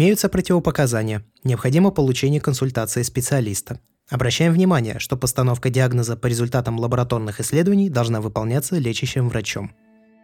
Имеются противопоказания. Необходимо получение консультации специалиста. Обращаем внимание, что постановка диагноза по результатам лабораторных исследований должна выполняться лечащим врачом.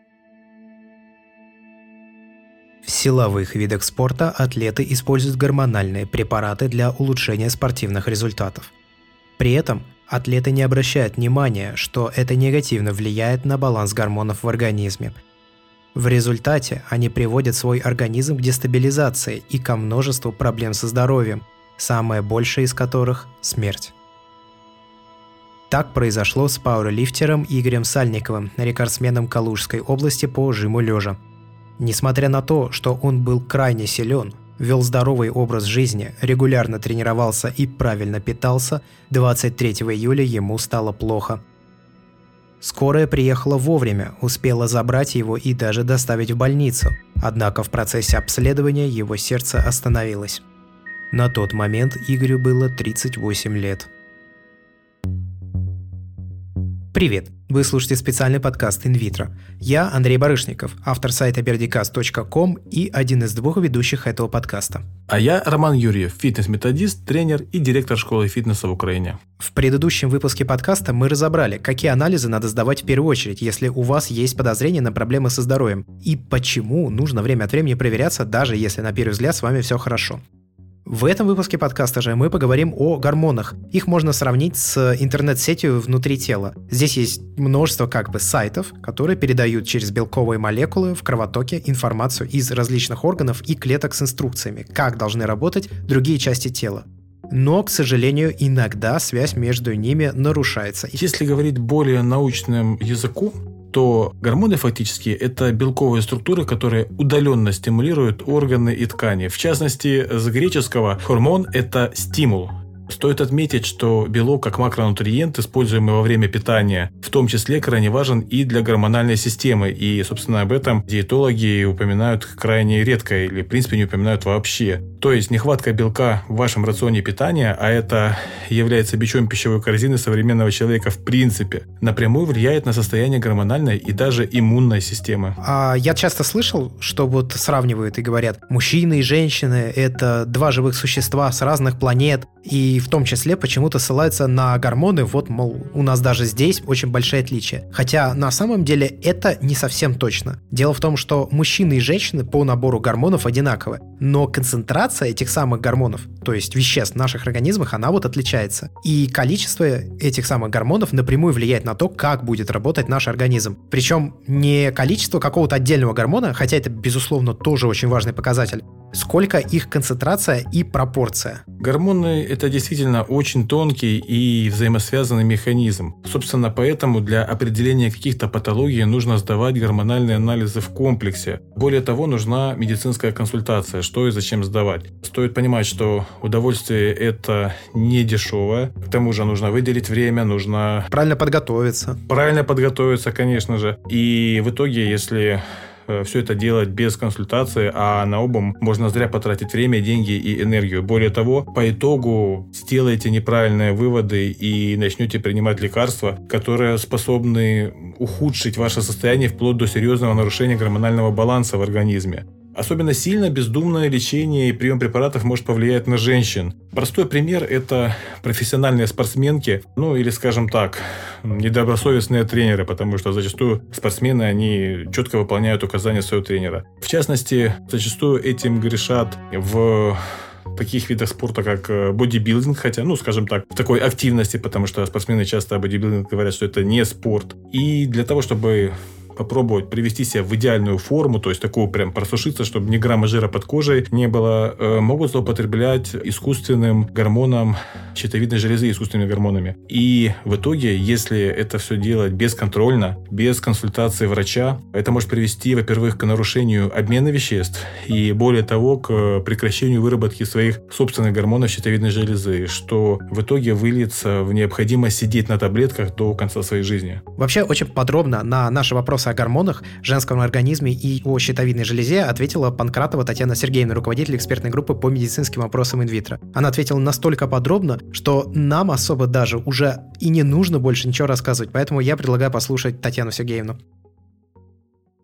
В силовых видах спорта атлеты используют гормональные препараты для улучшения спортивных результатов. При этом атлеты не обращают внимания, что это негативно влияет на баланс гормонов в организме. В результате они приводят свой организм к дестабилизации и ко множеству проблем со здоровьем, самая большая из которых – смерть. Так произошло с пауэрлифтером Игорем Сальниковым, рекордсменом Калужской области по жиму лежа. Несмотря на то, что он был крайне силен, вел здоровый образ жизни, регулярно тренировался и правильно питался, 23 июля ему стало плохо. Скорая приехала вовремя, успела забрать его и даже доставить в больницу, однако в процессе обследования его сердце остановилось. На тот момент Игорю было 38 лет. Привет! Вы слушаете специальный подкаст «Инвитро». Я Андрей Барышников, автор сайта birdicast.com и один из двух ведущих этого подкаста. А я Роман Юрьев, фитнес-методист, тренер и директор школы фитнеса в Украине. В предыдущем выпуске подкаста мы разобрали, какие анализы надо сдавать в первую очередь, если у вас есть подозрения на проблемы со здоровьем, и почему нужно время от времени проверяться, даже если на первый взгляд с вами все хорошо. В этом выпуске подкаста же мы поговорим о гормонах. Их можно сравнить с интернет-сетью внутри тела. Здесь есть множество сайтов, которые передают через белковые молекулы в кровотоке информацию из различных органов и клеток с инструкциями, как должны работать другие части тела. Но, к сожалению, иногда связь между ними нарушается. Если говорить более научным языком, то гормоны фактически это белковые структуры, которые удаленно стимулируют органы и ткани. В частности, с греческого «хормон» – это стимул. Стоит отметить, что белок как макронутриент, используемый во время питания, в том числе крайне важен и для гормональной системы. И, собственно, об этом диетологи упоминают крайне редко или, в принципе, не упоминают вообще. То есть, нехватка белка в вашем рационе питания, а это является бичом пищевой корзины современного человека в принципе, напрямую влияет на состояние гормональной и даже иммунной системы. Я часто слышал, что сравнивают и говорят, мужчины и женщины – это два живых существа с разных планет, и в том числе почему-то ссылаются на гормоны, мол, у нас даже здесь очень большие отличия. Хотя на самом деле это не совсем точно. Дело в том, что мужчины и женщины по набору гормонов одинаковы, но концентрация этих самых гормонов, то есть веществ в наших организмах, она отличается. И количество этих самых гормонов напрямую влияет на то, как будет работать наш организм. Причем не количество какого-то отдельного гормона, хотя это, безусловно, тоже очень важный показатель, сколько их концентрация и пропорция. Гормоны – это действительно очень тонкий и взаимосвязанный механизм. Собственно, поэтому для определения каких-то патологий нужно сдавать гормональные анализы в комплексе. Более того, нужна медицинская консультация, что и зачем сдавать. Стоит понимать, что удовольствие – это не дешевое. К тому же нужно выделить время, нужно… Правильно подготовиться. Правильно подготовиться, конечно же. И в итоге, если все это делать без консультации, а на оба можно зря потратить время, деньги и энергию. Более того, по итогу сделаете неправильные выводы и начнете принимать лекарства, которые способны ухудшить ваше состояние вплоть до серьезного нарушения гормонального баланса в организме. Особенно сильно бездумное лечение и прием препаратов может повлиять на женщин. Простой пример – это профессиональные спортсменки, или, скажем так, недобросовестные тренеры, потому что зачастую спортсмены, они четко выполняют указания своего тренера. В частности, зачастую этим грешат в таких видах спорта, как бодибилдинг, хотя, скажем так, в такой активности, потому что спортсмены часто о бодибилдинге говорят, что это не спорт. И для того, чтобы попробовать привести себя в идеальную форму, то есть такую прям просушиться, чтобы ни грамма жира под кожей не было, могут злоупотреблять искусственным гормоном щитовидной железы, искусственными гормонами. И в итоге, если это все делать бесконтрольно, без консультации врача, это может привести, во-первых, к нарушению обмена веществ и, более того, к прекращению выработки своих собственных гормонов щитовидной железы, что в итоге выльется в необходимость сидеть на таблетках до конца своей жизни. Вообще, очень подробно на наши вопросы о гормонах, женском организме и о щитовидной железе ответила Панкратова Татьяна Сергеевна, руководитель экспертной группы по медицинским вопросам инвитро. Она ответила настолько подробно, что нам особо даже уже и не нужно больше ничего рассказывать, поэтому я предлагаю послушать Татьяну Сергеевну.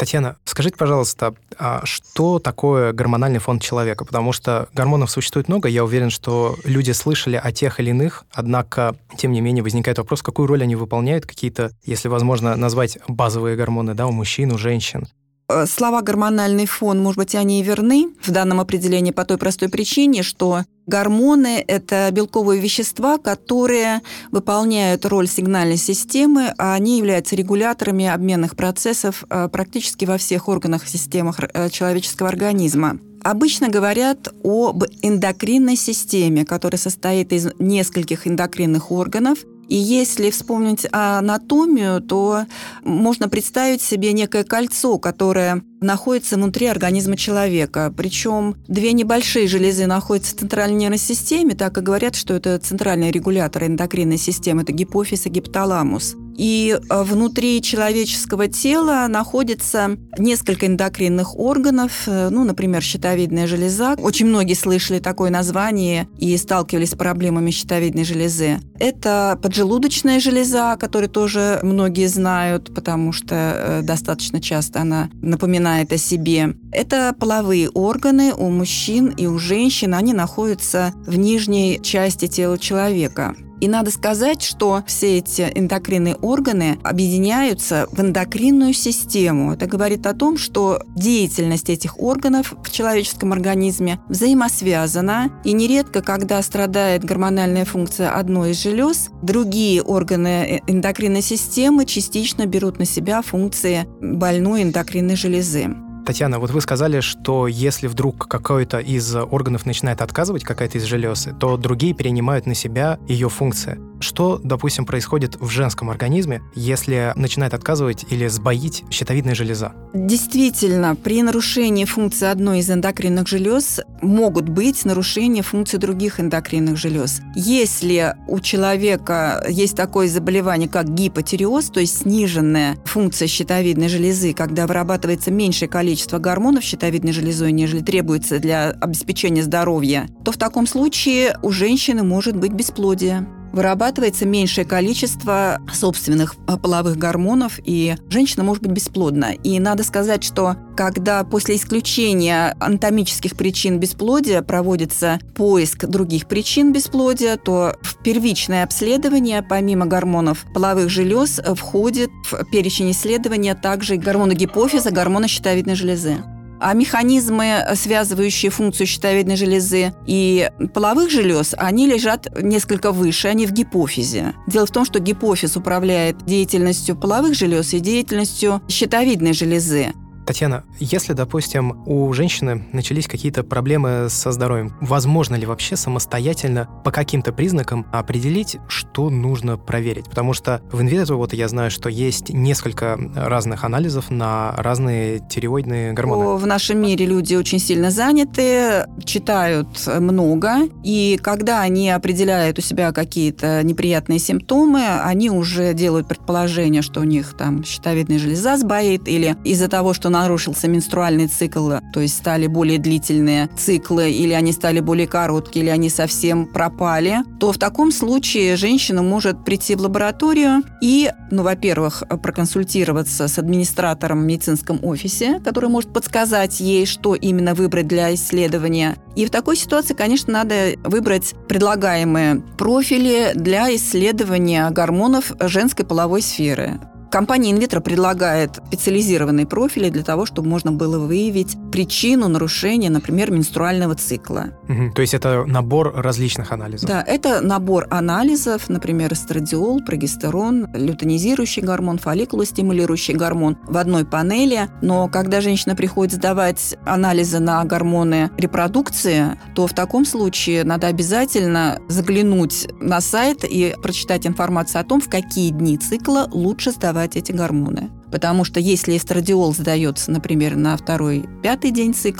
Татьяна, скажите, пожалуйста, а что такое гормональный фон человека? Потому что гормонов существует много, я уверен, что люди слышали о тех или иных, однако, тем не менее, возникает вопрос, какую роль они выполняют, какие-то, если возможно, назвать базовые гормоны, да, у мужчин, у женщин. Слова «гормональный фон», может быть, они и верны в данном определении по той простой причине, что гормоны – это белковые вещества, которые выполняют роль сигнальной системы, а они являются регуляторами обменных процессов практически во всех органах и системах человеческого организма. Обычно говорят об эндокринной системе, которая состоит из нескольких эндокринных органов. И если вспомнить анатомию, то можно представить себе некое кольцо, которое находится внутри организма человека. Причем две небольшие железы находятся в центральной нервной системе, так и говорят, что это центральный регулятор эндокринной системы, это гипофиз и гипоталамус. И внутри человеческого тела находится несколько эндокринных органов, например, щитовидная железа. Очень многие слышали такое название и сталкивались с проблемами щитовидной железы. Это поджелудочная железа, которую тоже многие знают, потому что достаточно часто она напоминает о себе. Это половые органы у мужчин и у женщин. Они находятся в нижней части тела человека. И надо сказать, что все эти эндокринные органы объединяются в эндокринную систему. Это говорит о том, что деятельность этих органов в человеческом организме взаимосвязана. И нередко, когда страдает гормональная функция одной из желез, другие органы эндокринной системы частично берут на себя функции больной эндокринной железы. Татьяна, вот вы сказали, что если вдруг какой-то из органов начинает отказывать, какая-то из желез, то другие перенимают на себя ее функции. Что, допустим, происходит в женском организме, если начинает отказывать или сбоить щитовидная железа? Действительно, при нарушении функции одной из эндокринных желез могут быть нарушения функций других эндокринных желез. Если у человека есть такое заболевание, как гипотиреоз, то есть сниженная функция щитовидной железы, когда вырабатывается меньшее количество гормонов щитовидной железой, нежели требуется для обеспечения здоровья, то в таком случае у женщины может быть бесплодие. Вырабатывается меньшее количество собственных половых гормонов, и женщина может быть бесплодна. И надо сказать, что когда после исключения анатомических причин бесплодия проводится поиск других причин бесплодия, то в первичное обследование помимо гормонов половых желез входит в перечень исследования также гормоны гипофиза, гормоны щитовидной железы. А механизмы, связывающие функцию щитовидной железы и половых желез, они лежат несколько выше, они в гипофизе. Дело в том, что гипофиз управляет деятельностью половых желез и деятельностью щитовидной железы. Татьяна, если, допустим, у женщины начались какие-то проблемы со здоровьем, возможно ли вообще самостоятельно по каким-то признакам определить, что нужно проверить? Потому что в инвитро, вот я знаю, что есть несколько разных анализов на разные тиреоидные гормоны. В нашем мире люди очень сильно заняты, читают много, и когда они определяют у себя какие-то неприятные симптомы, они уже делают предположение, что у них там щитовидная железа сбоит, или из-за того, что нарушился менструальный цикл, то есть стали более длительные циклы, или они стали более короткие, или они совсем пропали, то в таком случае женщина может прийти в лабораторию и, во-первых, проконсультироваться с администратором в медицинском офисе, который может подсказать ей, что именно выбрать для исследования. И в такой ситуации, конечно, надо выбрать предлагаемые профили для исследования гормонов женской половой сферы. Компания инвитро предлагает специализированные профили для того, чтобы можно было выявить причину нарушения, например, менструального цикла. То есть это набор различных анализов? Да, это набор анализов, например, эстрадиол, прогестерон, лютeinизирующий гормон, фолликулостимулирующий гормон в одной панели. Но когда женщина приходит сдавать анализы на гормоны репродукции, то в таком случае надо обязательно заглянуть на сайт и прочитать информацию о том, в какие дни цикла лучше сдавать эти гормоны. Потому что если эстрадиол сдается, например, на 2-5 день цикла,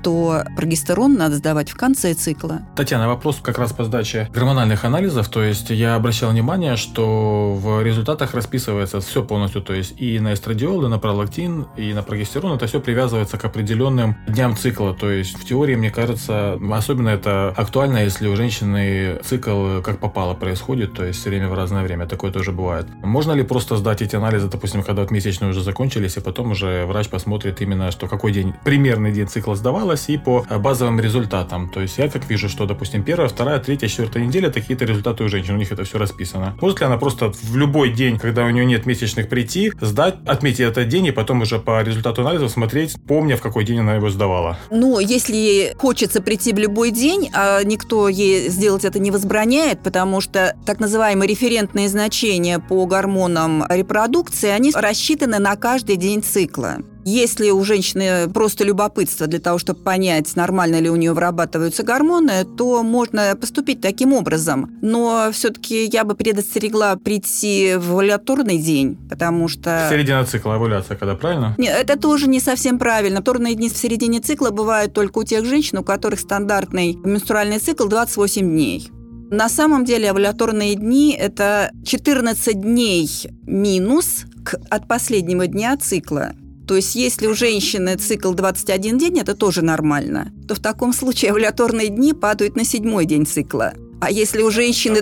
то прогестерон надо сдавать в конце цикла. Татьяна, вопрос как раз по сдаче гормональных анализов. То есть я обращал внимание, что в результатах расписывается все полностью. То есть и на эстрадиол, и на пролактин, и на прогестерон. Это все привязывается к определенным дням цикла. То есть в теории, мне кажется, особенно это актуально, если у женщины цикл как попало происходит, то есть все время в разное время. Такое тоже бывает. Можно ли просто сдать эти анализы, допустим, когда вот месячные уже закончились, и потом уже врач посмотрит именно, что какой день, примерный день цикла сдавалось, и по базовым результатам. То есть я как вижу, что, допустим, 1, 2, 3, 4 неделя такие-то результаты у женщин, у них это все расписано. Может ли она просто в любой день, когда у нее нет месячных, прийти, сдать, отметить этот день, и потом уже по результату анализов смотреть, помня, в какой день она его сдавала? Ну, если ей хочется прийти в любой день, а никто ей сделать это не возбраняет, потому что так называемые референтные значения по гормонам репродукции, они рассчитаны на каждый день цикла. Если у женщины просто любопытство для того, чтобы понять, нормально ли у нее вырабатываются гормоны, то можно поступить таким образом. Но все-таки я бы предостерегла прийти в овуляторный день, потому что... Середина цикла, овуляция когда, правильно? Нет, это тоже не совсем правильно. Овуляторные дни в середине цикла бывают только у тех женщин, у которых стандартный менструальный цикл 28 дней. На самом деле овуляторные дни – это 14 дней минус от последнего дня цикла. То есть, если у женщины цикл 21 день, это тоже нормально, то в таком случае овуляторные дни падают на 7-й день цикла. А если у женщины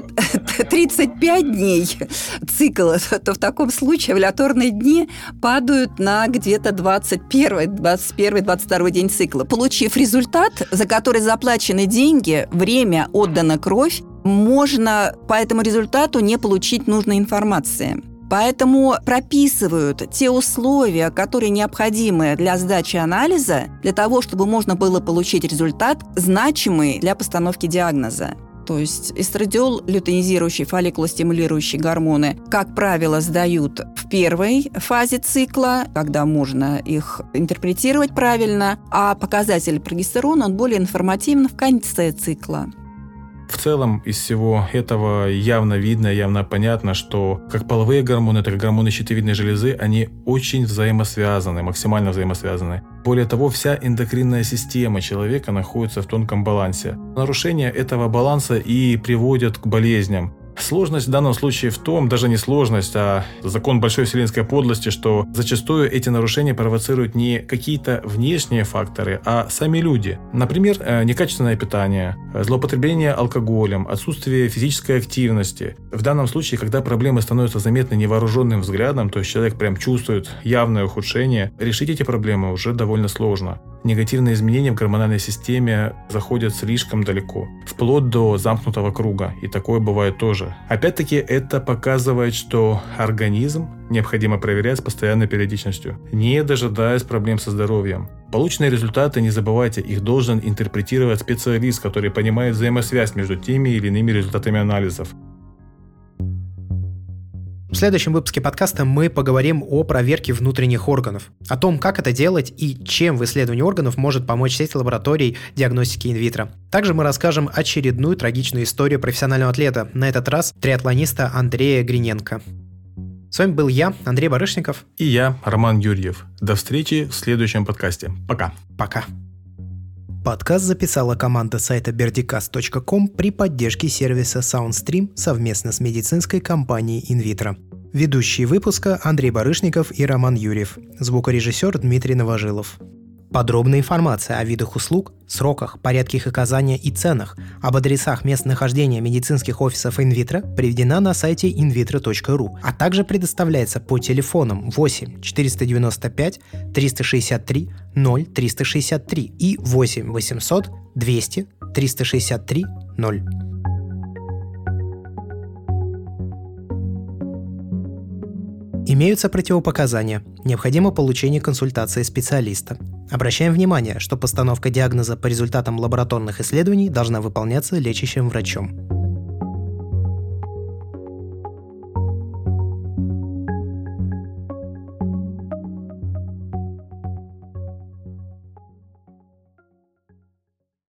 35 дней цикла, то в таком случае овуляторные дни падают на где-то 21, 22 день цикла. Получив результат, за который заплачены деньги, время, отдана кровь, можно по этому результату не получить нужной информации. Поэтому прописывают те условия, которые необходимы для сдачи анализа, для того, чтобы можно было получить результат, значимый для постановки диагноза. То есть эстрадиол, лютеинизирующие, фолликулостимулирующие гормоны, как правило, сдают в первой фазе цикла, когда можно их интерпретировать правильно, а показатель прогестерона, он более информативен в конце цикла. В целом, из всего этого явно видно, явно понятно, что как половые гормоны, так и гормоны щитовидной железы, они очень взаимосвязаны, максимально взаимосвязаны. Более того, вся эндокринная система человека находится в тонком балансе. Нарушение этого баланса и приводит к болезням. Сложность в данном случае в том, даже не сложность, а закон большой вселенской подлости, что зачастую эти нарушения провоцируют не какие-то внешние факторы, а сами люди. Например, некачественное питание, злоупотребление алкоголем, отсутствие физической активности. В данном случае, когда проблемы становятся заметны невооруженным взглядом, то есть человек прям чувствует явное ухудшение, решить эти проблемы уже довольно сложно. Негативные изменения в гормональной системе заходят слишком далеко, вплоть до замкнутого круга, и такое бывает тоже. Опять-таки, это показывает, что организм необходимо проверять с постоянной периодичностью, не дожидаясь проблем со здоровьем. Полученные результаты, не забывайте, их должен интерпретировать специалист, который понимает взаимосвязь между теми или иными результатами анализов. В следующем выпуске подкаста мы поговорим о проверке внутренних органов, о том, как это делать и чем в исследовании органов может помочь сеть лабораторий диагностики инвитро. Также мы расскажем очередную трагичную историю профессионального атлета, на этот раз триатлониста Андрея Гриненко. С вами был я, Андрей Барышников. И я, Роман Юрьев. До встречи в следующем подкасте. Пока. Пока. Подкаст записала команда сайта birdicast.com при поддержке сервиса SoundStream совместно с медицинской компанией InVitro. Ведущие выпуска Андрей Барышников и Роман Юрьев. Звукорежиссер Дмитрий Новожилов. Подробная информация о видах услуг, сроках, порядке их оказания и ценах, об адресах местонахождения медицинских офисов InVitro приведена на сайте invitro.ru, а также предоставляется по телефонам 8 495 363 0363 и 8 800 200 363 0. Имеются противопоказания. Необходимо получение консультации специалиста. Обращаем внимание, что постановка диагноза по результатам лабораторных исследований должна выполняться лечащим врачом.